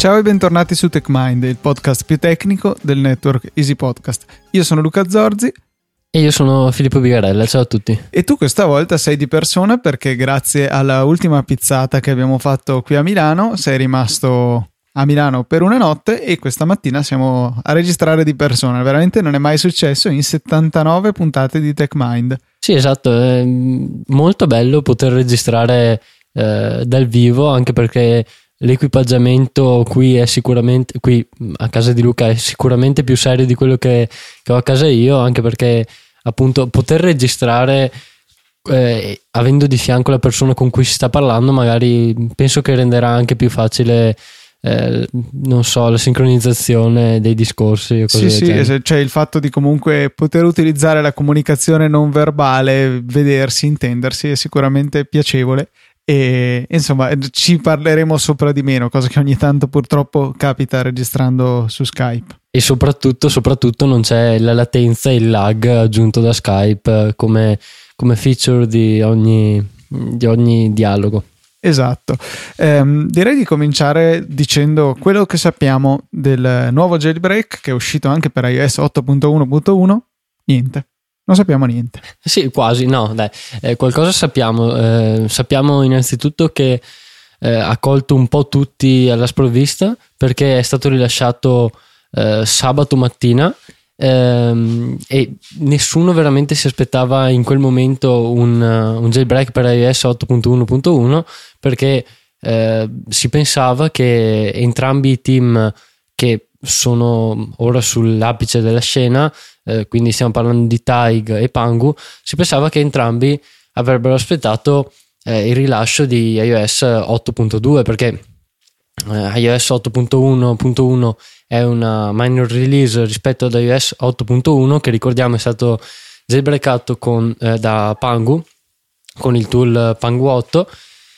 Ciao e bentornati su TechMind, il podcast più tecnico del network Easy Podcast. Io sono Luca Zorzi. E io sono Filippo Bigarella, ciao a tutti. E tu questa volta sei di persona perché grazie alla ultima pizzata che abbiamo fatto qui a Milano sei rimasto a Milano per una notte e questa mattina siamo a registrare di persona. Veramente non è mai successo in 79 puntate di TechMind. Sì, esatto, è molto bello poter registrare dal vivo, anche perché l'equipaggiamento qui a casa di Luca è sicuramente più serio di quello che ho a casa io, anche perché appunto poter registrare avendo di fianco la persona con cui si sta parlando magari penso che renderà anche più facile non so, la sincronizzazione dei discorsi o cose del genere. Sì, cioè il fatto di comunque poter utilizzare la comunicazione non verbale, vedersi, intendersi è sicuramente piacevole. E insomma ci parleremo sopra di meno, cosa che ogni tanto purtroppo capita registrando su Skype. E soprattutto non c'è la latenza e il lag aggiunto da Skype come feature di ogni dialogo. Esatto. Direi di cominciare dicendo quello che sappiamo del nuovo jailbreak che è uscito anche per iOS 8.1.1. Niente. Non sappiamo niente. Sì, quasi, no, dai. Qualcosa sappiamo. Sappiamo innanzitutto che ha colto un po' tutti alla sprovvista perché è stato rilasciato sabato mattina e nessuno veramente si aspettava in quel momento un jailbreak per iOS 8.1.1 perché si pensava che entrambi i team che sono ora sull'apice della scena, quindi stiamo parlando di Taig e Pangu, si pensava che entrambi avrebbero aspettato il rilascio di iOS 8.2 perché iOS 8.1.1 è una minor release rispetto ad iOS 8.1 che ricordiamo è stato jailbreakato da Pangu con il tool Pangu 8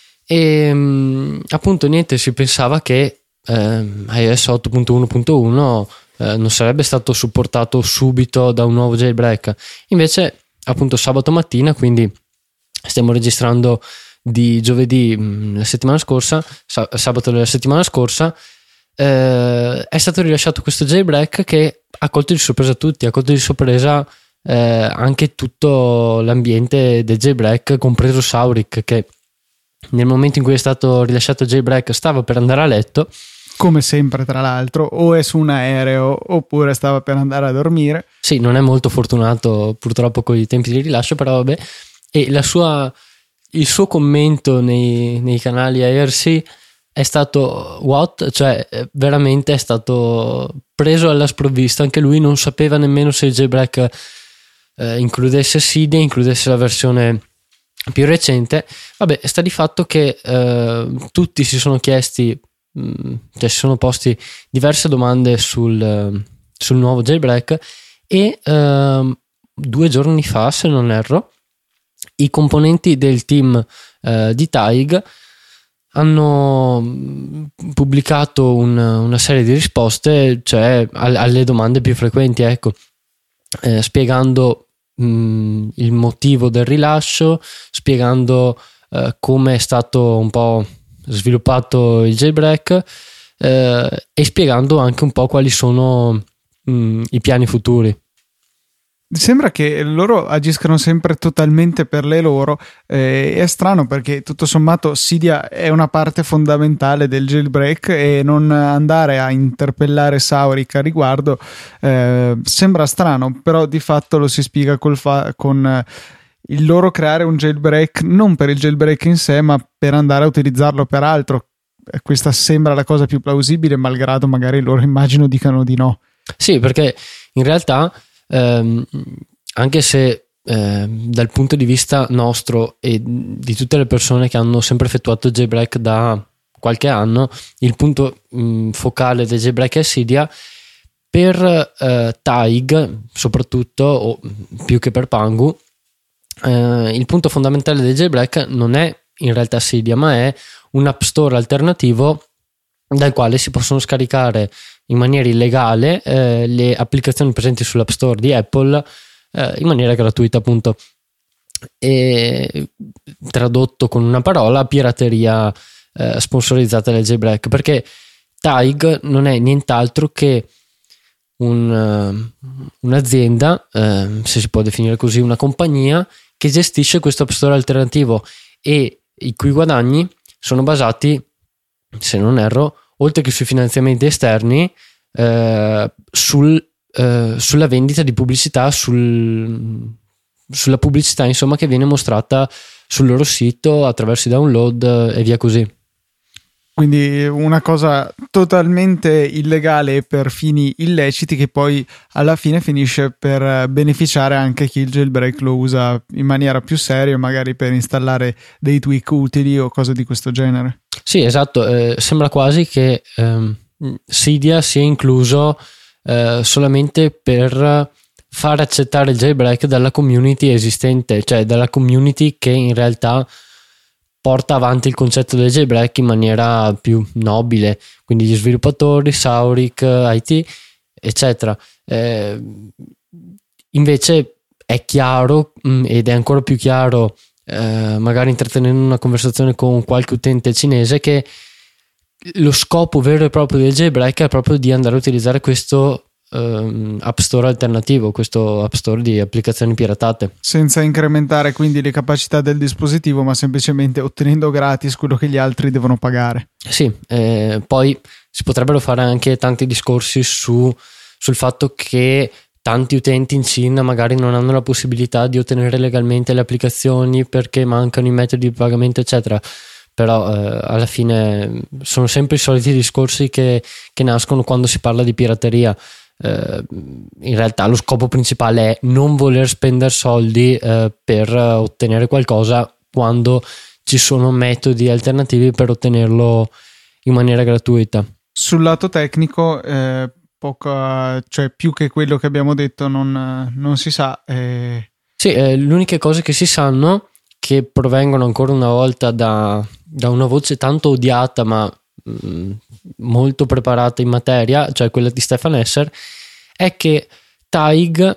e appunto niente, si pensava che iOS 8.1.1 non sarebbe stato supportato subito da un nuovo jailbreak, invece appunto sabato mattina, quindi stiamo registrando di giovedì la settimana scorsa, sabato della settimana scorsa, è stato rilasciato questo jailbreak che ha colto di sorpresa tutti, ha colto di sorpresa anche tutto l'ambiente del jailbreak, compreso Saurik, che nel momento in cui è stato rilasciato il jailbreak stava per andare a letto, come sempre tra l'altro, o è su un aereo oppure stava per andare a dormire. Sì, non è molto fortunato purtroppo con i tempi di rilascio, però vabbè. E il suo commento nei canali IRC è stato what? Cioè veramente è stato preso alla sprovvista, anche lui non sapeva nemmeno se il jailbreak includesse Cydia, includesse la versione più recente. Vabbè, sta di fatto che tutti si sono chiesti, cioè si sono posti diverse domande sul nuovo jailbreak e 2 giorni fa, se non erro, i componenti del team di Taig hanno pubblicato una serie di risposte, cioè alle domande più frequenti, ecco, spiegando il motivo del rilascio, spiegando come è stato un po' sviluppato il jailbreak e spiegando anche un po' quali sono i piani futuri. Sembra che loro agiscano sempre totalmente per le loro, è strano perché tutto sommato Cydia è una parte fondamentale del jailbreak e non andare a interpellare Saurik a riguardo sembra strano, però di fatto lo si spiega con il loro creare un jailbreak non per il jailbreak in sé ma per andare a utilizzarlo per altro. Questa sembra la cosa più plausibile, malgrado magari loro immagino dicano di no. Sì, perché in realtà anche se dal punto di vista nostro e di tutte le persone che hanno sempre effettuato jailbreak da qualche anno, il punto focale del jailbreak è Cydia, per Taig soprattutto, o più che per Pangu, il punto fondamentale del jailbreak non è in realtà Cydia, ma è un app store alternativo dal quale si possono scaricare in maniera illegale le applicazioni presenti sull'App Store di Apple in maniera gratuita, appunto. E tradotto con una parola, pirateria sponsorizzata del jailbreak, perché Taig non è nient'altro che un'azienda, se si può definire così, una compagnia che gestisce questo App Store alternativo e i cui guadagni sono basati, se non erro, oltre che sui finanziamenti esterni, sulla vendita di pubblicità, sulla pubblicità insomma che viene mostrata sul loro sito attraverso i download e via così. Quindi una cosa totalmente illegale per fini illeciti che poi alla fine finisce per beneficiare anche chi il jailbreak lo usa in maniera più seria, magari per installare dei tweak utili o cose di questo genere. Sì, esatto, sembra quasi che Cydia sia incluso solamente per far accettare il jailbreak dalla community esistente, cioè dalla community che in realtà porta avanti il concetto del jailbreak in maniera più nobile, quindi gli sviluppatori, Saurik, IT, eccetera. Invece è chiaro, ed è ancora più chiaro, magari intrattenendo una conversazione con qualche utente cinese, che lo scopo vero e proprio del jailbreak è proprio di andare a utilizzare questo App Store alternativo, questo App Store di applicazioni piratate, senza incrementare quindi le capacità del dispositivo, ma semplicemente ottenendo gratis quello che gli altri devono pagare. Sì, poi si potrebbero fare anche tanti discorsi sul fatto che tanti utenti in Cina magari non hanno la possibilità di ottenere legalmente le applicazioni perché mancano i metodi di pagamento eccetera, però alla fine sono sempre i soliti discorsi che nascono quando si parla di pirateria. In realtà lo scopo principale è non voler spendere soldi per ottenere qualcosa quando ci sono metodi alternativi per ottenerlo in maniera gratuita. Sul lato tecnico cioè più che quello che abbiamo detto non si sa. Sì, le uniche cose che si sanno, che provengono ancora una volta da una voce tanto odiata ma molto preparata in materia, cioè quella di Stefan Esser, è che Taig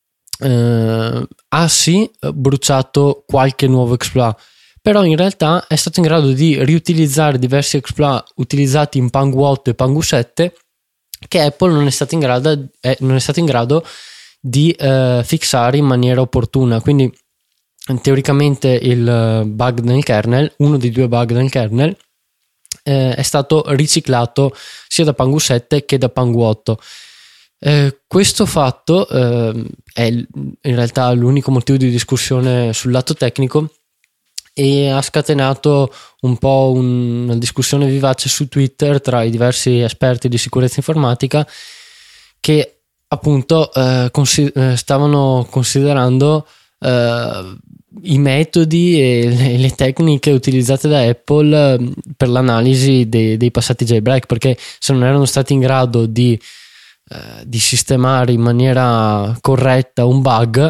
ha sì bruciato qualche nuovo exploit, però in realtà è stato in grado di riutilizzare diversi exploit utilizzati in Pangu 8 e Pangu 7 che Apple non è stato in grado di fixare in maniera opportuna. Quindi teoricamente il bug nel kernel, uno dei due bug nel kernel, è stato riciclato sia da Pangu 7 che da Pangu 8. Questo fatto è in realtà l'unico motivo di discussione sul lato tecnico e ha scatenato un po' una discussione vivace su Twitter tra i diversi esperti di sicurezza informatica che appunto stavano considerando i metodi e le tecniche utilizzate da Apple per l'analisi dei passati jailbreak, perché se non erano stati in grado di sistemare in maniera corretta un bug,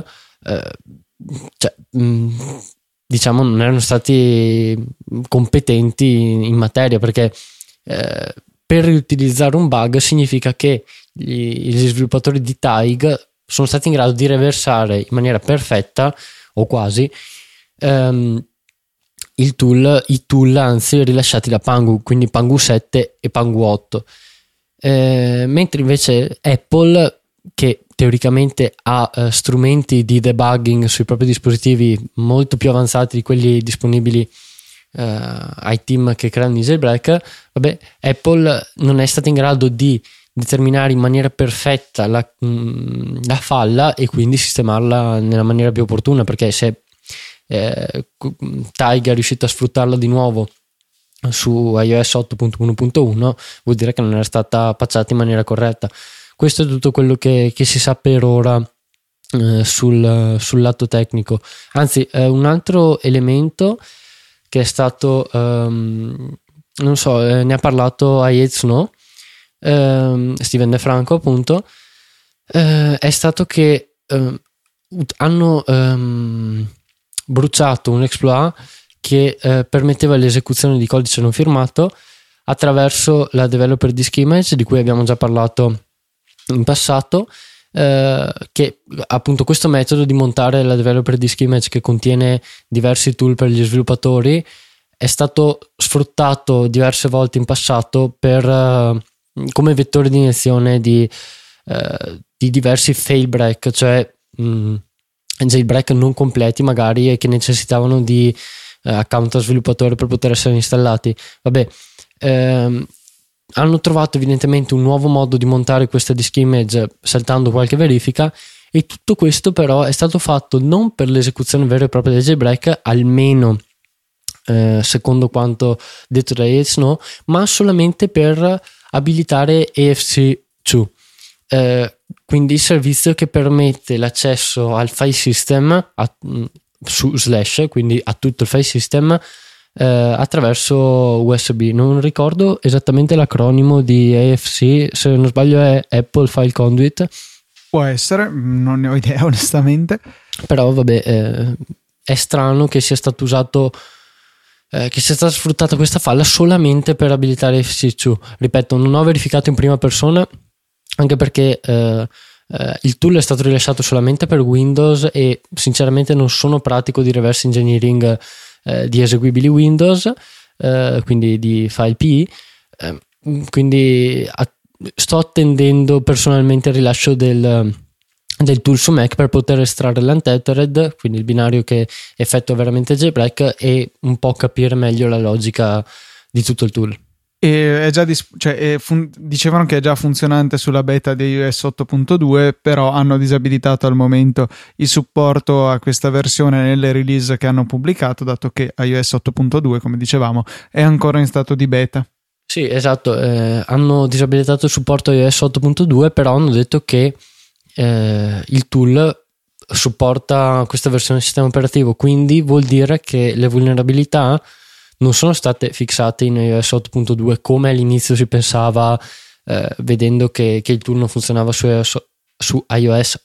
diciamo non erano stati competenti in materia, perché per riutilizzare un bug significa che gli sviluppatori di Taig sono stati in grado di reversare in maniera perfetta o quasi i tool anzi rilasciati da Pangu, quindi Pangu 7 e Pangu 8. Mentre invece Apple, che teoricamente ha strumenti di debugging sui propri dispositivi molto più avanzati di quelli disponibili ai team che creano i jailbreak, Apple non è stata in grado di determinare in maniera perfetta la falla e quindi sistemarla nella maniera più opportuna, perché se Taig è riuscito a sfruttarla di nuovo su iOS 8.1.1 vuol dire che non era stata patchata in maniera corretta. Questo è tutto quello che si sa per ora sul lato tecnico. Anzi, un altro elemento che è stato non so, ne ha parlato a Yates No, Steven De Franco appunto, è stato che hanno bruciato un exploit che permetteva l'esecuzione di codice non firmato attraverso la developer disk image, di cui abbiamo già parlato in passato, che appunto questo metodo di montare la developer disk image che contiene diversi tool per gli sviluppatori è stato sfruttato diverse volte in passato come vettore di iniezione di diversi fail break, cioè jailbreak non completi magari e che necessitavano di account a sviluppatore per poter essere installati. Hanno trovato evidentemente un nuovo modo di montare questa disk image saltando qualche verifica, e tutto questo però è stato fatto non per l'esecuzione vera e propria del jailbreak, almeno secondo quanto detto da ASNO, ma solamente per abilitare EFC2, quindi il servizio che permette l'accesso al file system su Slash, quindi a tutto il file system attraverso USB. Non ricordo esattamente l'acronimo di AFC, se non sbaglio è Apple File Conduit. Può essere, non ne ho idea onestamente. Però è strano che sia stato usato, che sia stata sfruttata questa falla solamente per abilitare FC2. Ripeto, non ho verificato in prima persona, anche perché il tool è stato rilasciato solamente per Windows e sinceramente non sono pratico di reverse engineering di eseguibili Windows, quindi di file PE, quindi sto attendendo personalmente il rilascio del tool su Mac per poter estrarre l'untethered, quindi il binario che effettua veramente jailbreak, e un po' capire meglio la logica di tutto il tool. E è già dicevano che è già funzionante sulla beta di iOS 8.2, però hanno disabilitato al momento il supporto a questa versione nelle release che hanno pubblicato, dato che iOS 8.2, come dicevamo, è ancora in stato di beta. Sì, esatto, hanno disabilitato il supporto a iOS 8.2, però hanno detto che il tool supporta questa versione del sistema operativo, quindi vuol dire che le vulnerabilità non sono state fissate in iOS 8.2 come all'inizio si pensava, vedendo che il tool non funzionava su iOS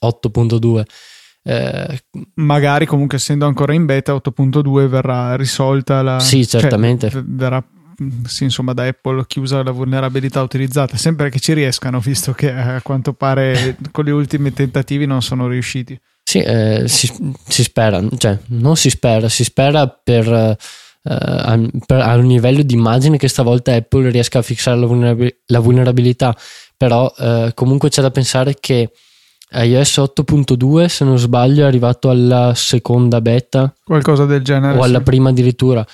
8.2. Magari comunque essendo ancora in beta 8.2 verrà risolta sì, certamente, verrà insomma da Apple chiusa la vulnerabilità utilizzata, sempre che ci riescano, visto che a quanto pare con gli ultimi tentativi non sono riusciti. Sì, si spera, cioè non si spera per a un livello di immagine che stavolta Apple riesca a fissare la vulnerabilità, però comunque c'è da pensare che iOS 8.2, se non sbaglio, è arrivato alla seconda beta, qualcosa del genere, o alla prima addirittura,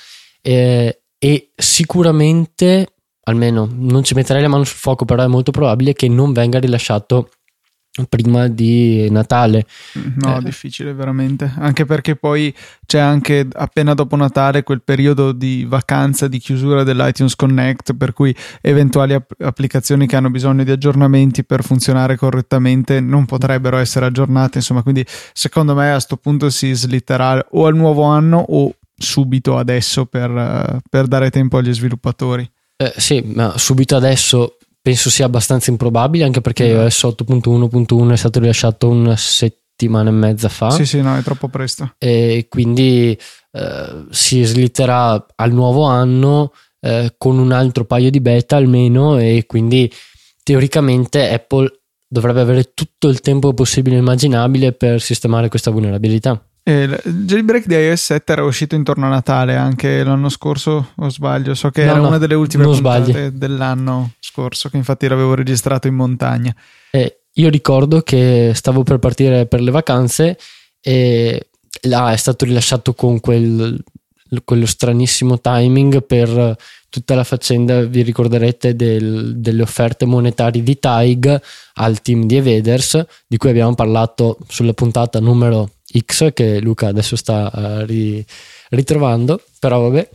e sicuramente, almeno non ci metterei la mano sul fuoco, però è molto probabile che non venga rilasciato prima di Natale. No, difficile veramente, anche perché poi c'è anche appena dopo Natale quel periodo di vacanza, di chiusura dell'iTunes Connect, per cui eventuali applicazioni che hanno bisogno di aggiornamenti per funzionare correttamente non potrebbero essere aggiornate, insomma, quindi secondo me a sto punto si slitterà o al nuovo anno o subito adesso per dare tempo agli sviluppatori. Sì, ma subito adesso penso sia abbastanza improbabile, anche perché iOS 8.1.1 è stato rilasciato una settimana e mezza fa. Sì, no, è troppo presto. E quindi si slitterà al nuovo anno con un altro paio di beta almeno, e quindi teoricamente Apple dovrebbe avere tutto il tempo possibile e immaginabile per sistemare questa vulnerabilità. Il jailbreak di iOS 7 era uscito intorno a Natale anche l'anno scorso, o sbaglio? So che era una delle ultime puntate dell'anno scorso, che infatti l'avevo registrato in montagna. Io ricordo che stavo per partire per le vacanze e là è stato rilasciato con quello stranissimo timing per tutta la faccenda. Vi ricorderete delle offerte monetarie di TAIG al team di Evaders, di cui abbiamo parlato sulla puntata numero X, che Luca adesso sta ritrovando, però vabbè.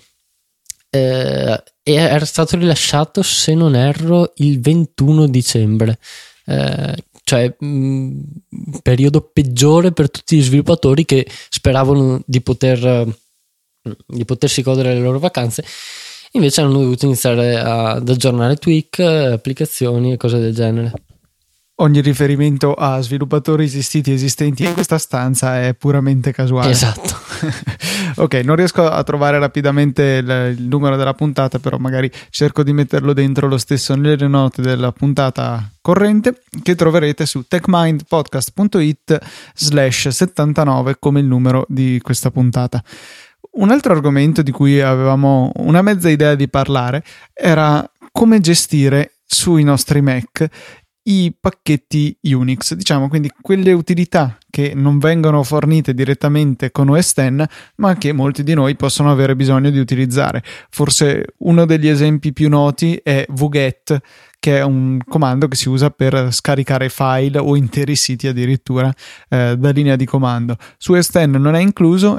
E era stato rilasciato, se non erro, il 21 dicembre, cioè periodo peggiore per tutti gli sviluppatori che speravano di potersi godere le loro vacanze. Invece hanno dovuto iniziare ad aggiornare tweak, applicazioni e cose del genere. Ogni riferimento a sviluppatori esistenti in questa stanza è puramente casuale. Esatto. Ok, non riesco a trovare rapidamente il numero della puntata, però magari cerco di metterlo dentro lo stesso nelle note della puntata corrente, che troverete su techmindpodcast.it/79 come il numero di questa puntata. Un altro argomento di cui avevamo una mezza idea di parlare era come gestire sui nostri Mac i pacchetti Unix, diciamo, quindi quelle utilità che non vengono fornite direttamente con OS X, ma che molti di noi possono avere bisogno di utilizzare. Forse uno degli esempi più noti è wget, che è un comando che si usa per scaricare file o interi siti addirittura da linea di comando. Su OS X non è incluso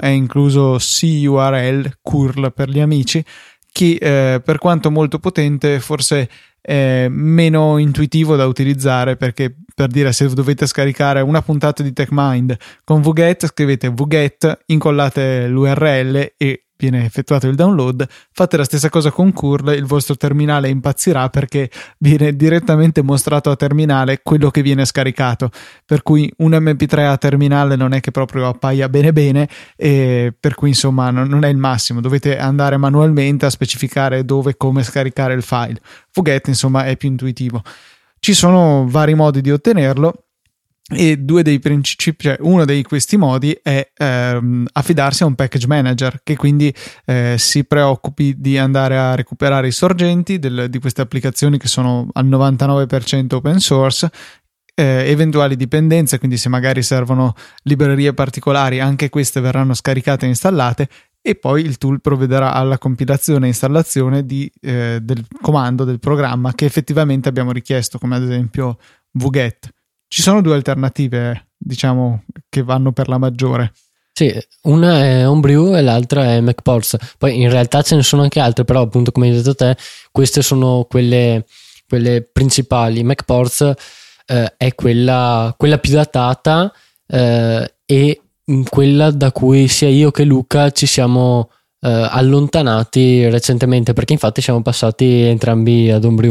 curl per gli amici, che per quanto molto potente forse è meno intuitivo da utilizzare, perché, per dire, se dovete scaricare una puntata di TechMind con wget, scrivete wget, incollate l'URL e viene effettuato il download. Fate la stessa cosa con curl, il vostro terminale impazzirà perché viene direttamente mostrato a terminale quello che viene scaricato, per cui un mp3 a terminale non è che proprio appaia bene, e per cui insomma non è il massimo, dovete andare manualmente a specificare dove e come scaricare il file. wget insomma è più intuitivo. Ci sono vari modi di ottenerlo, e due dei principi, cioè uno di questi modi è affidarsi a un package manager che quindi si preoccupi di andare a recuperare i sorgenti di queste applicazioni che sono al 99% open source, eventuali dipendenze, quindi se magari servono librerie particolari anche queste verranno scaricate e installate, e poi il tool provvederà alla compilazione e installazione del comando del programma che effettivamente abbiamo richiesto, come ad esempio wget. Ci sono due alternative, diciamo, che vanno per la maggiore. Sì, una è Homebrew e l'altra è MacPorts. Poi in realtà ce ne sono anche altre, però appunto come hai detto te, queste sono quelle principali. MacPorts è quella più datata e quella da cui sia io che Luca ci siamo allontanati recentemente, perché infatti siamo passati entrambi ad Homebrew.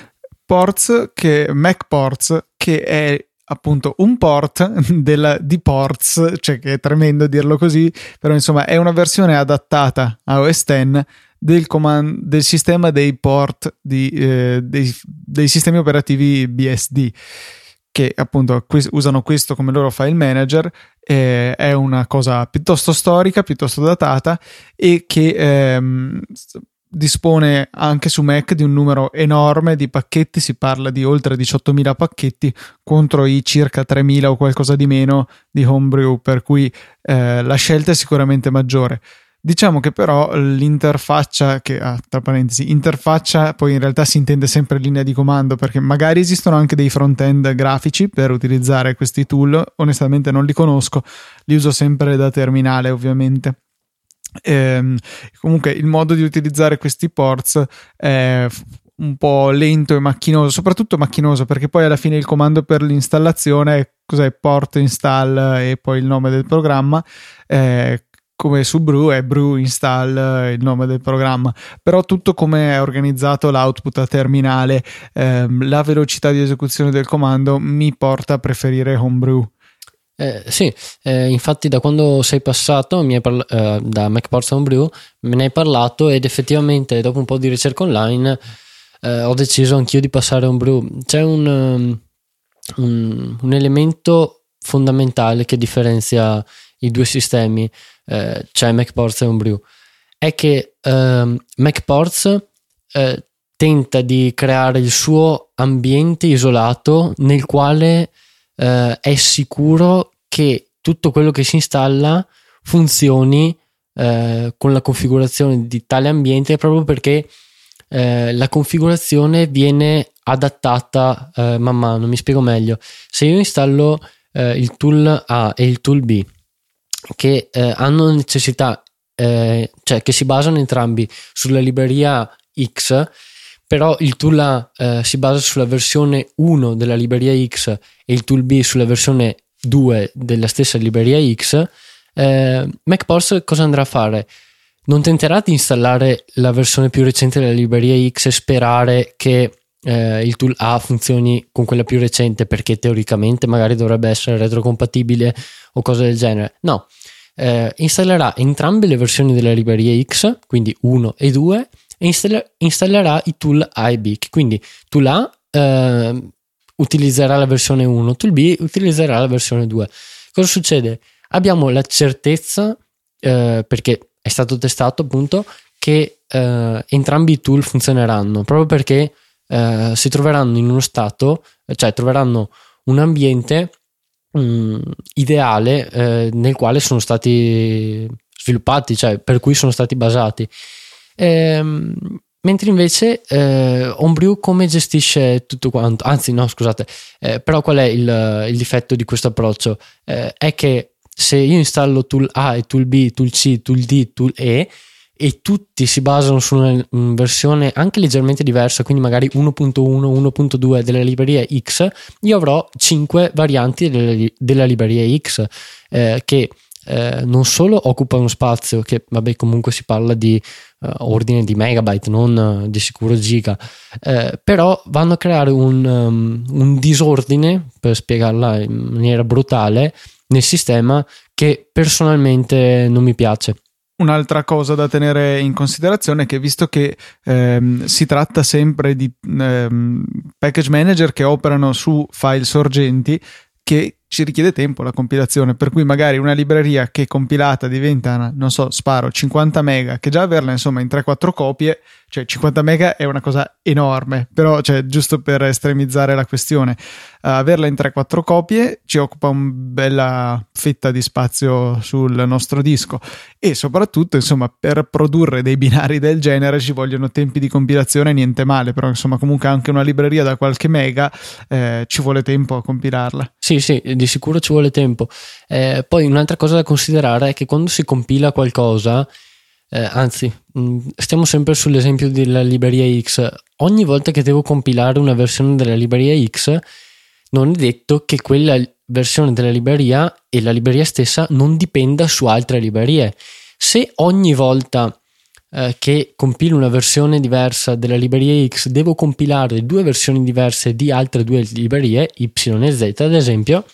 MacPorts, che è appunto un port di Ports, cioè che è tremendo dirlo così, però insomma è una versione adattata a OS X del sistema dei port dei sistemi operativi BSD, che appunto usano questo come loro file manager. È una cosa piuttosto storica, piuttosto datata, e che dispone anche su Mac di un numero enorme di pacchetti. Si parla di oltre 18.000 pacchetti contro i circa 3.000 o qualcosa di meno di Homebrew, per cui la scelta è sicuramente maggiore. Diciamo che però l'interfaccia, che tra parentesi, interfaccia poi in realtà si intende sempre linea di comando, perché magari esistono anche dei front-end grafici per utilizzare questi tool, onestamente non li conosco, li uso sempre da terminale ovviamente. Comunque il modo di utilizzare questi ports è un po' lento e macchinoso, soprattutto macchinoso, perché poi alla fine il comando per l'installazione è port install e poi il nome del programma, come su Brew è brew install il nome del programma, però tutto come è organizzato l'output a terminale, la velocità di esecuzione del comando mi porta a preferire Homebrew. Sì, infatti da quando sei passato da MacPorts a Homebrew me ne hai parlato, ed effettivamente dopo un po' di ricerca online ho deciso anch'io di passare a Homebrew. C'è un elemento fondamentale che differenzia i due sistemi, cioè MacPorts e Homebrew, è che MacPorts tenta di creare il suo ambiente isolato nel quale è sicuro che tutto quello che si installa funzioni con la configurazione di tale ambiente, proprio perché la configurazione viene adattata man mano. Mi spiego meglio: se io installo il tool A e il tool B, che hanno necessità, cioè che si basano entrambi sulla libreria X, però il tool A si basa sulla versione 1 della libreria X e il tool B sulla versione 2 della stessa libreria X, MacPorts cosa andrà a fare? Non tenterà di installare la versione più recente della libreria X e sperare che il tool A funzioni con quella più recente, perché teoricamente magari dovrebbe essere retrocompatibile o cose del genere. No, installerà entrambe le versioni della libreria X, quindi 1 e 2, e installerà i tool A e B. Quindi tool A utilizzerà la versione 1, tool B utilizzerà la versione 2. Cosa succede? Abbiamo la certezza, perché è stato testato appunto che entrambi i tool funzioneranno, proprio perché si troveranno in uno stato, cioè troveranno un ambiente ideale nel quale sono stati sviluppati, cioè per cui sono stati basati. Mentre invece Homebrew come gestisce tutto quanto? Anzi no, scusate, però qual è il difetto di questo approccio? È che se io installo tool A e tool B, tool C, tool D, tool E, e tutti si basano su una versione anche leggermente diversa, quindi magari 1.1, 1.2 della libreria X, io avrò 5 varianti della libreria X che non solo occupano spazio, che vabbè comunque si parla di ordine di megabyte, non di sicuro giga, però vanno a creare un disordine, per spiegarla in maniera brutale, nel sistema che personalmente non mi piace. Un'altra cosa da tenere in considerazione è che, visto che si tratta sempre di package manager che operano su file sorgenti, che ci richiede tempo la compilazione, per cui magari una libreria che compilata diventa, non so, sparo 50 mega, che già averla insomma in 3-4 copie, cioè 50 mega è una cosa enorme, però cioè, giusto per estremizzare la questione, averla in 3-4 copie ci occupa una bella fetta di spazio sul nostro disco, e soprattutto insomma per produrre dei binari del genere ci vogliono tempi di compilazione niente male, però insomma comunque anche una libreria da qualche mega ci vuole tempo a compilarla. Sì, di sicuro ci vuole tempo. Poi un'altra cosa da considerare è che quando si compila qualcosa, anzi, stiamo sempre sull'esempio della libreria X, ogni volta che devo compilare una versione della libreria X, non è detto che quella versione della libreria e la libreria stessa non dipenda su altre librerie. Se ogni volta che compilo una versione diversa della libreria X devo compilare 2 versioni diverse di altre 2 librerie, Y e Z ad esempio,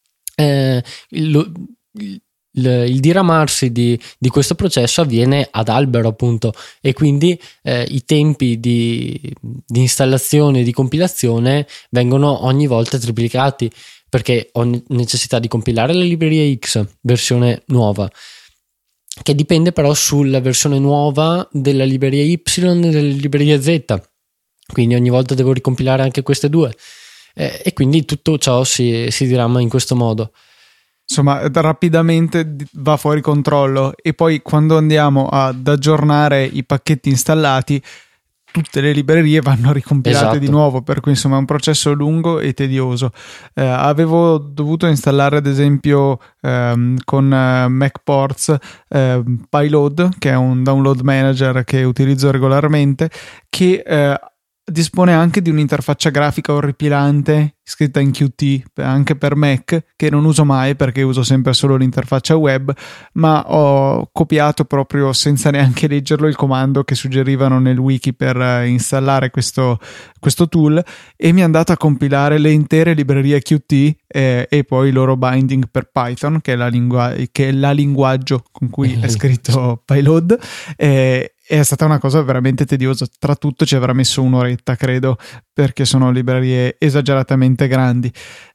il diramarsi di questo processo avviene ad albero appunto, e quindi i tempi di installazione e di compilazione vengono ogni volta triplicati, perché ho necessità di compilare la libreria X versione nuova, che dipende però sulla versione nuova della libreria Y e della libreria Z, quindi ogni volta devo ricompilare anche queste 2, e quindi tutto ciò si dirama in questo modo. Insomma, rapidamente va fuori controllo, e poi quando andiamo ad aggiornare i pacchetti installati tutte le librerie vanno ricompilate, esatto, di nuovo, per cui insomma è un processo lungo e tedioso. Avevo dovuto installare ad esempio con MacPorts Pyload, che è un download manager che utilizzo regolarmente, che dispone anche di un'interfaccia grafica orripilante scritta in Qt anche per Mac, che non uso mai perché uso sempre solo l'interfaccia web, ma ho copiato proprio senza neanche leggerlo il comando che suggerivano nel wiki per installare questo tool, e mi è andato a compilare le intere librerie Qt e poi il loro binding per Python, che è la linguaggio con cui è scritto Pyload. È stata una cosa veramente tediosa, tra tutto ci avrà messo un'oretta credo, perché sono librerie esageratamente grandi.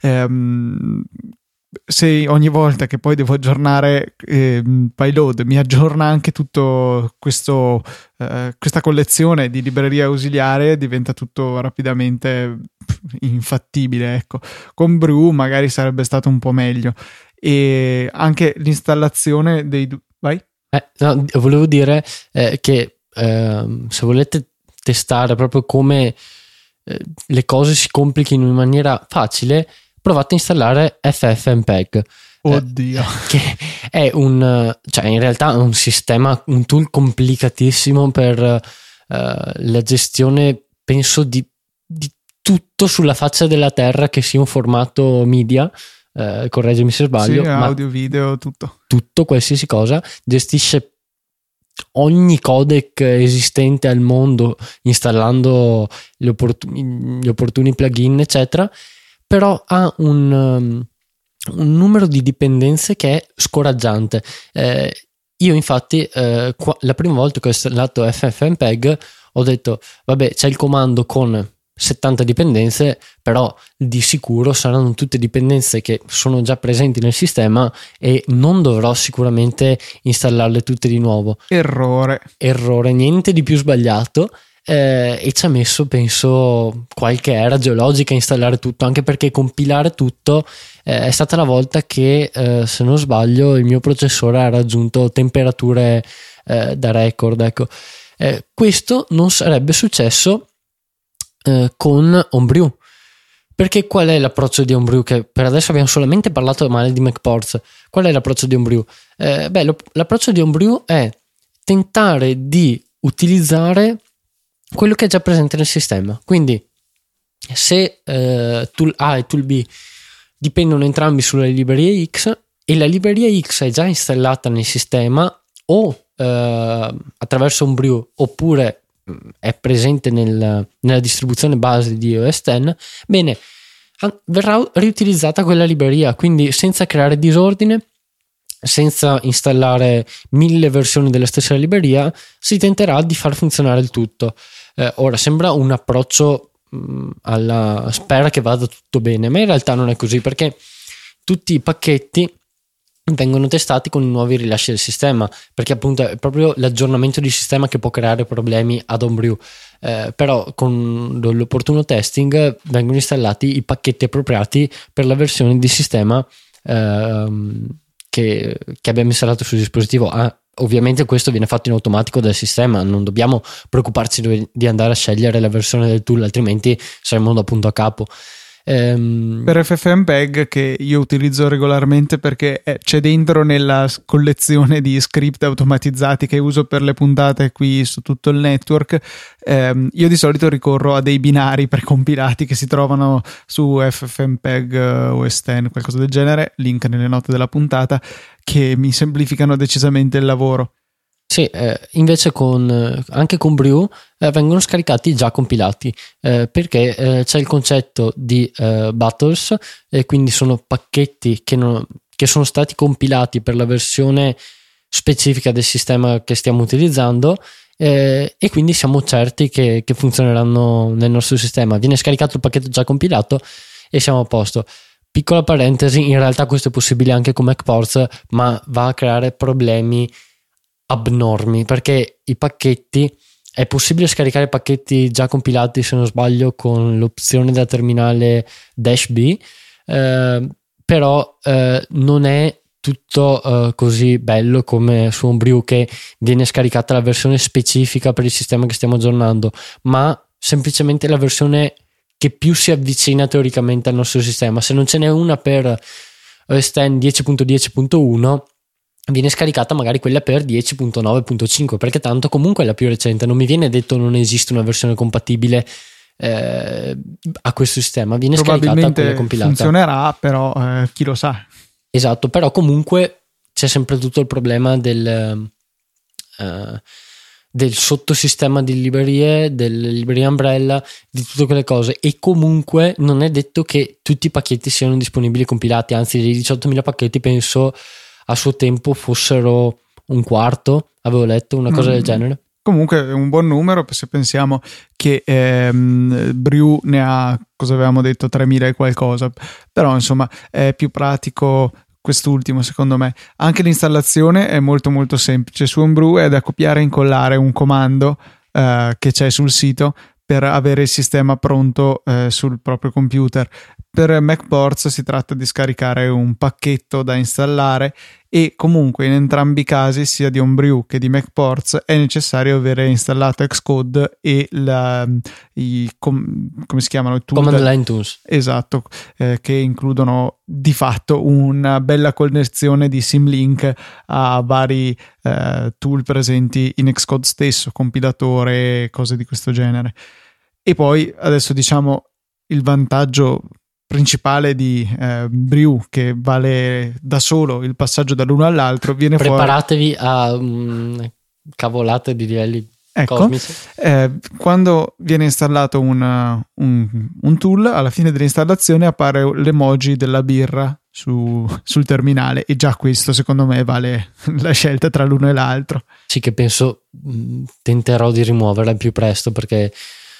Se ogni volta che poi devo aggiornare Pyload mi aggiorna anche tutto questa collezione di librerie ausiliarie, diventa tutto rapidamente infattibile, ecco. Con Brew magari sarebbe stato un po' meglio, e anche l'installazione dei vai? No, volevo dire che se volete testare proprio come le cose si complichino in maniera facile, provate a installare FFmpeg. Oddio, che è cioè in realtà è un sistema, un tool complicatissimo per la gestione, penso, di tutto sulla faccia della terra che sia un formato media. Correggimi se sbaglio, sì, audio, video, tutto, qualsiasi cosa. Gestisce ogni codec esistente al mondo installando gli opportuni plugin eccetera, però ha un numero di dipendenze che è scoraggiante. Io infatti la prima volta che ho installato FFmpeg ho detto vabbè, c'è il comando con 70 dipendenze, però di sicuro saranno tutte dipendenze che sono già presenti nel sistema e non dovrò sicuramente installarle tutte di nuovo. Errore, Niente di più sbagliato. E ci ha messo, penso, qualche era geologica a installare tutto, anche perché compilare tutto è stata la volta che, se non sbaglio, il mio processore ha raggiunto temperature da record, ecco. Questo non sarebbe successo con Homebrew, perché qual è l'approccio di Homebrew? Che per adesso abbiamo solamente parlato male di MacPorts. Qual è l'approccio di Homebrew? L'approccio di Homebrew è tentare di utilizzare quello che è già presente nel sistema. Quindi se tool A e tool B dipendono entrambi sulla libreria X e la libreria X è già installata nel sistema o attraverso Homebrew oppure è presente nella distribuzione base di iOS 10, bene, verrà riutilizzata quella libreria, quindi senza creare disordine, senza installare 1000 versioni della stessa libreria, si tenterà di far funzionare il tutto. Ora sembra un approccio alla spera che vada tutto bene, ma in realtà non è così, perché tutti i pacchetti vengono testati con i nuovi rilasci del sistema, perché appunto è proprio l'aggiornamento di sistema che può creare problemi ad Homebrew. Però con l'opportuno testing vengono installati i pacchetti appropriati per la versione di sistema che abbiamo installato sul dispositivo. Ovviamente questo viene fatto in automatico dal sistema, non dobbiamo preoccuparci di andare a scegliere la versione del tool, altrimenti saremmo da punto a capo. Per FFmpeg, che io utilizzo regolarmente perché c'è dentro nella collezione di script automatizzati che uso per le puntate qui su tutto il network, io di solito ricorro a dei binari precompilati che si trovano su FFmpeg OS X, qualcosa del genere, link nelle note della puntata, che mi semplificano decisamente il lavoro. Sì, invece anche con Brew vengono scaricati già compilati, perché c'è il concetto di Battles, e quindi sono pacchetti che sono stati compilati per la versione specifica del sistema che stiamo utilizzando, e quindi siamo certi che funzioneranno nel nostro sistema. Viene scaricato il pacchetto già compilato e siamo a posto. Piccola parentesi, in realtà questo è possibile anche con MacPorts, ma va a creare problemi abnormi, perché i pacchetti, è possibile scaricare pacchetti già compilati, se non sbaglio, con l'opzione da terminale -B, però non è tutto così bello come su Homebrew, che viene scaricata la versione specifica per il sistema che stiamo aggiornando, ma semplicemente la versione che più si avvicina teoricamente al nostro sistema. Se non ce n'è una per OS X 10.10.1, viene scaricata magari quella per 10.9.5, perché tanto comunque è la più recente. Non mi viene detto non esiste una versione compatibile a questo sistema, viene scaricata quella compilata. Funzionerà, però chi lo sa. Esatto, però comunque c'è sempre tutto il problema del sottosistema di librerie, delle librerie umbrella, di tutte quelle cose, e comunque non è detto che tutti i pacchetti siano disponibili compilati, anzi dei 18.000 pacchetti penso a suo tempo fossero un quarto, avevo letto una cosa del genere. Comunque è un buon numero se pensiamo che Brew ne ha, cosa avevamo detto, 3.000 e qualcosa, però insomma è più pratico quest'ultimo secondo me. Anche l'installazione è molto molto semplice. Su Homebrew è da copiare e incollare un comando che c'è sul sito per avere il sistema pronto sul proprio computer. Per MacPorts si tratta di scaricare un pacchetto da installare, e comunque in entrambi i casi, sia di Homebrew che di MacPorts, è necessario avere installato Xcode e come si chiamano? I tool Command Line Tools. Esatto, che includono di fatto una bella connessione di Symlink a vari tool presenti in Xcode stesso, compilatore, cose di questo genere. E poi adesso diciamo il vantaggio principale di Brew, che vale da solo il passaggio dall'uno all'altro. Preparatevi a cavolate di livelli cosmici. Quando viene installato un tool, alla fine dell'installazione appare l'emoji della birra sul terminale, e già questo secondo me vale la scelta tra l'uno e l'altro. Sì, che penso tenterò di rimuoverla il più presto, perché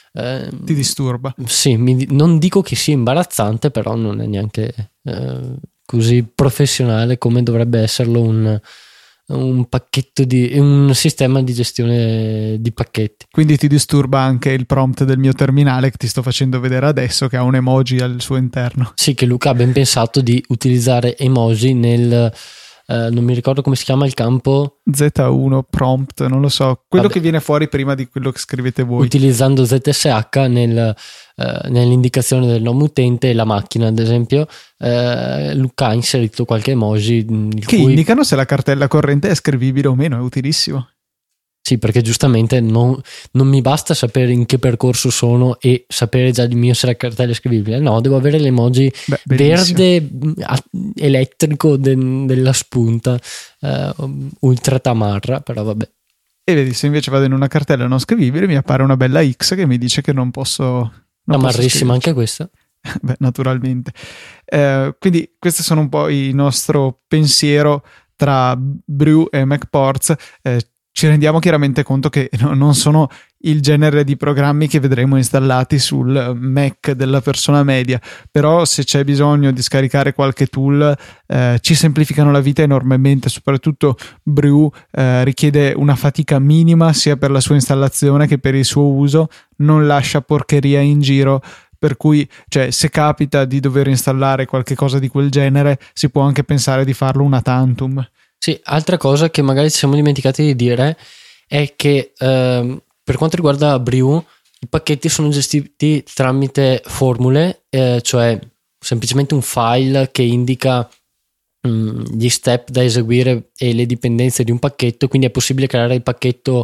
ti disturba. Sì, non dico che sia imbarazzante, però non è neanche così professionale come dovrebbe esserlo un pacchetto un sistema di gestione di pacchetti. Quindi ti disturba anche il prompt del mio terminale che ti sto facendo vedere adesso, che ha un emoji al suo interno. Sì, che Luca ha ben pensato di utilizzare emoji nel non mi ricordo come si chiama il campo Z1 prompt, non lo so, quello Vabbè. che viene fuori prima di quello che scrivete voi, utilizzando ZSH nell'indicazione del nome utente e la macchina, ad esempio. Luca ha inserito qualche emoji che indicano se la cartella corrente è scrivibile o meno. È utilissimo. Sì, perché giustamente non mi basta sapere in che percorso sono e sapere già di mio se la cartella è scrivibile. No, devo avere l'emoji verde elettrico della spunta, ultra tamarra, però vabbè. E vedi, se invece vado in una cartella non scrivibile mi appare una bella X che mi dice che non posso. Tamarrissima anche questa. Beh, naturalmente. Quindi questi sono un po' il nostro pensiero tra Brew e MacPorts. Ci rendiamo chiaramente conto che non sono il genere di programmi che vedremo installati sul Mac della persona media, però se c'è bisogno di scaricare qualche tool ci semplificano la vita enormemente. Soprattutto Brew richiede una fatica minima sia per la sua installazione che per il suo uso, non lascia porcheria in giro, per cui se capita di dover installare qualche cosa di quel genere si può anche pensare di farlo una tantum. Sì, altra cosa che magari ci siamo dimenticati di dire è che per quanto riguarda Brew i pacchetti sono gestiti tramite formule, cioè semplicemente un file che indica gli step da eseguire e le dipendenze di un pacchetto, quindi è possibile creare il pacchetto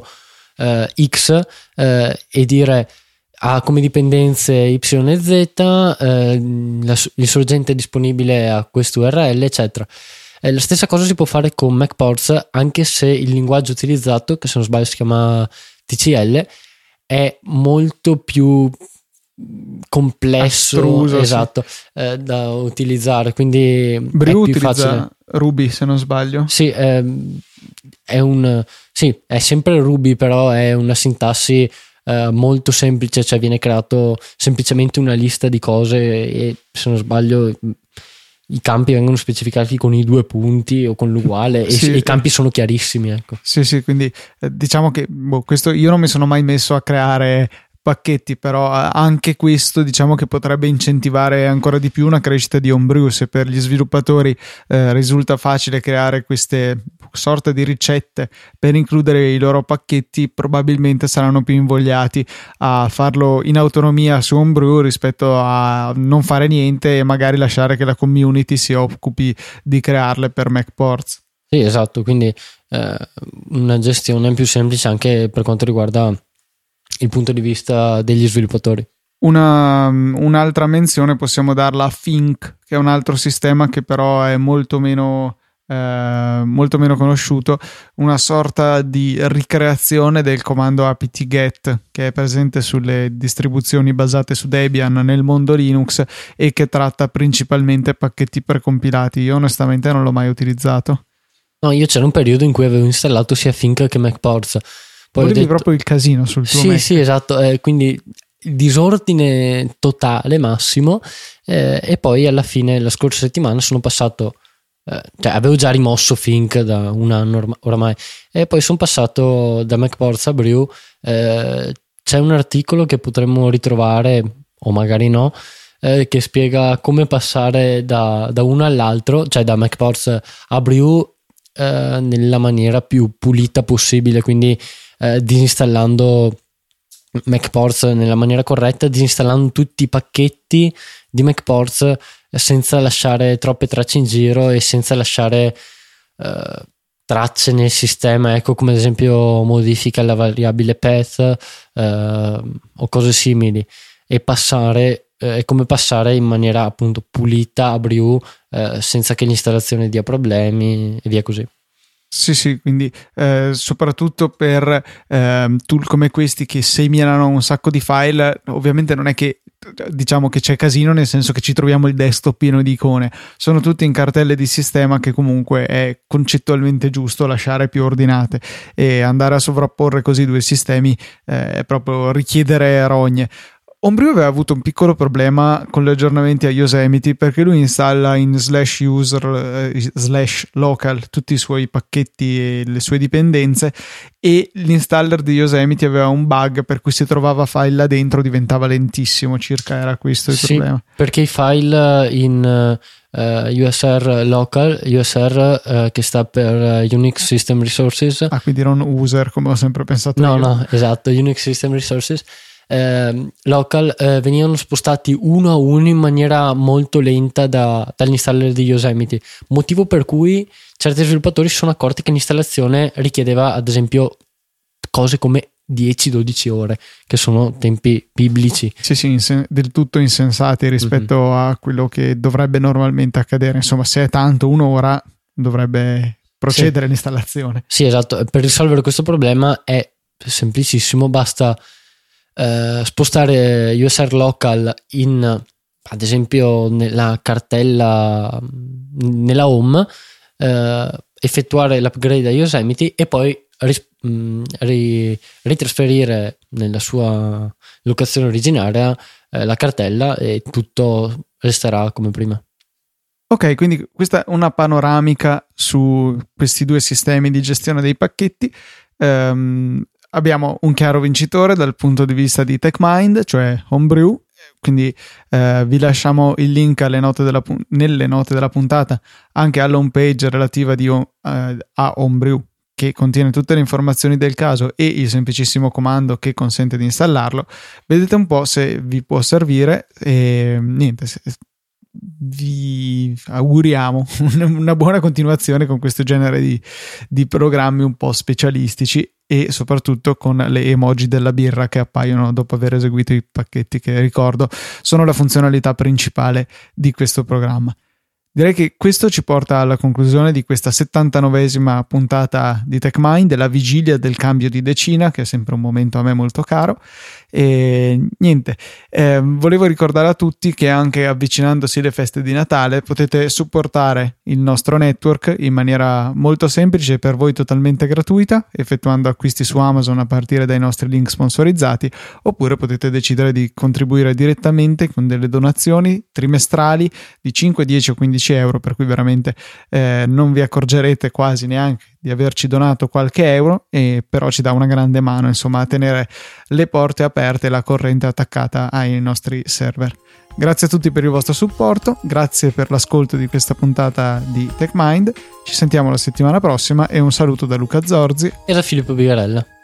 X e dire ha come dipendenze Y e Z, il sorgente è disponibile a questo URL, eccetera. La stessa cosa si può fare con MacPorts, anche se il linguaggio utilizzato, che se non sbaglio si chiama TCL, è molto più complesso, astruso, esatto, sì. Da utilizzare, quindi Brew è più utilizza facile. Ruby, se non sbaglio. Sì, è sempre Ruby, però è una sintassi molto semplice, cioè viene creato semplicemente una lista di cose e se non sbaglio i campi vengono specificati con i 2 punti o con l'uguale, sì, e i campi sono chiarissimi, ecco. Sì, quindi diciamo che questo io non mi sono mai messo a creare pacchetti, però anche questo diciamo che potrebbe incentivare ancora di più una crescita di Homebrew. Se per gli sviluppatori risulta facile creare queste sorte di ricette per includere i loro pacchetti, probabilmente saranno più invogliati a farlo in autonomia su Homebrew rispetto a non fare niente e magari lasciare che la community si occupi di crearle per MacPorts. Sì, esatto, quindi una gestione più semplice anche per quanto riguarda il punto di vista degli sviluppatori. Un'altra menzione possiamo darla a Think, che è un altro sistema che però è molto meno conosciuto, una sorta di ricreazione del comando apt-get che è presente sulle distribuzioni basate su Debian nel mondo Linux e che tratta principalmente pacchetti precompilati. Io onestamente non l'ho mai utilizzato. No, io c'era un periodo in cui avevo installato sia Think che MacPorts. Volevi proprio il casino sul tuo Mac. Sì, esatto, quindi disordine totale massimo, e poi alla fine la scorsa settimana sono passato, avevo già rimosso Think da un anno oramai e poi sono passato da MacPorts a Brew. C'è un articolo che potremmo ritrovare o magari no, che spiega come passare da uno all'altro, cioè da MacPorts a Brew nella maniera più pulita possibile, quindi disinstallando MacPorts nella maniera corretta, disinstallando tutti i pacchetti di MacPorts senza lasciare troppe tracce in giro e senza lasciare tracce nel sistema, ecco, come ad esempio modifica alla variabile path o cose simili, e passare è come passare in maniera appunto pulita a Brew senza che l'installazione dia problemi e via così. Sì, quindi soprattutto per tool come questi che seminano un sacco di file, ovviamente non è che diciamo che c'è casino, nel senso che ci troviamo il desktop pieno di icone, sono tutte in cartelle di sistema che comunque è concettualmente giusto lasciare più ordinate, e andare a sovrapporre così due sistemi è proprio richiedere rogne. Homebrew aveva avuto un piccolo problema con gli aggiornamenti a Yosemite, perché lui installa in /user /local tutti i suoi pacchetti e le sue dipendenze, e l'installer di Yosemite aveva un bug per cui se trovava file là dentro diventava lentissimo, circa era questo il problema. Perché i file in USR local, USR che sta per Unix System Resources, quindi non user come ho sempre pensato io. No, esatto, Unix System Resources local venivano spostati uno a uno in maniera molto lenta dall'installer di Yosemite, motivo per cui certi sviluppatori si sono accorti che l'installazione richiedeva ad esempio cose come 10-12 ore, che sono tempi biblici. Sì, del tutto insensati rispetto a quello che dovrebbe normalmente accadere. Insomma, se è tanto, un'ora dovrebbe procedere l'installazione. Sì, esatto. Per risolvere questo problema è semplicissimo, basta spostare USR local in, ad esempio, nella cartella, nella home, effettuare l'upgrade a Yosemite e poi ritrasferire nella sua locazione originaria la cartella, e tutto resterà come prima. Ok, quindi questa è una panoramica su questi due sistemi di gestione dei pacchetti. Abbiamo un chiaro vincitore dal punto di vista di TechMind, cioè Homebrew, quindi vi lasciamo il link nelle note della puntata anche all'home page relativa a Homebrew, che contiene tutte le informazioni del caso e il semplicissimo comando che consente di installarlo. Vedete un po' se vi può servire, e niente, vi auguriamo una buona continuazione con questo genere di programmi un po' specialistici, e soprattutto con le emoji della birra che appaiono dopo aver eseguito i pacchetti, che ricordo sono la funzionalità principale di questo programma. Direi che questo ci porta alla conclusione di questa 79esima puntata di TechMind, della vigilia del cambio di decina, che è sempre un momento a me molto caro. E niente, volevo ricordare a tutti che anche avvicinandosi le feste di Natale potete supportare il nostro network in maniera molto semplice e per voi totalmente gratuita, effettuando acquisti su Amazon a partire dai nostri link sponsorizzati, oppure potete decidere di contribuire direttamente con delle donazioni trimestrali di 5, 10 o 15 euro, per cui veramente non vi accorgerete quasi neanche di averci donato qualche euro, e però ci dà una grande mano, insomma, a tenere le porte aperte e la corrente attaccata ai nostri server. Grazie a tutti per il vostro supporto, grazie per l'ascolto di questa puntata di TechMind, ci sentiamo la settimana prossima, e un saluto da Luca Zorzi e da Filippo Bigarella.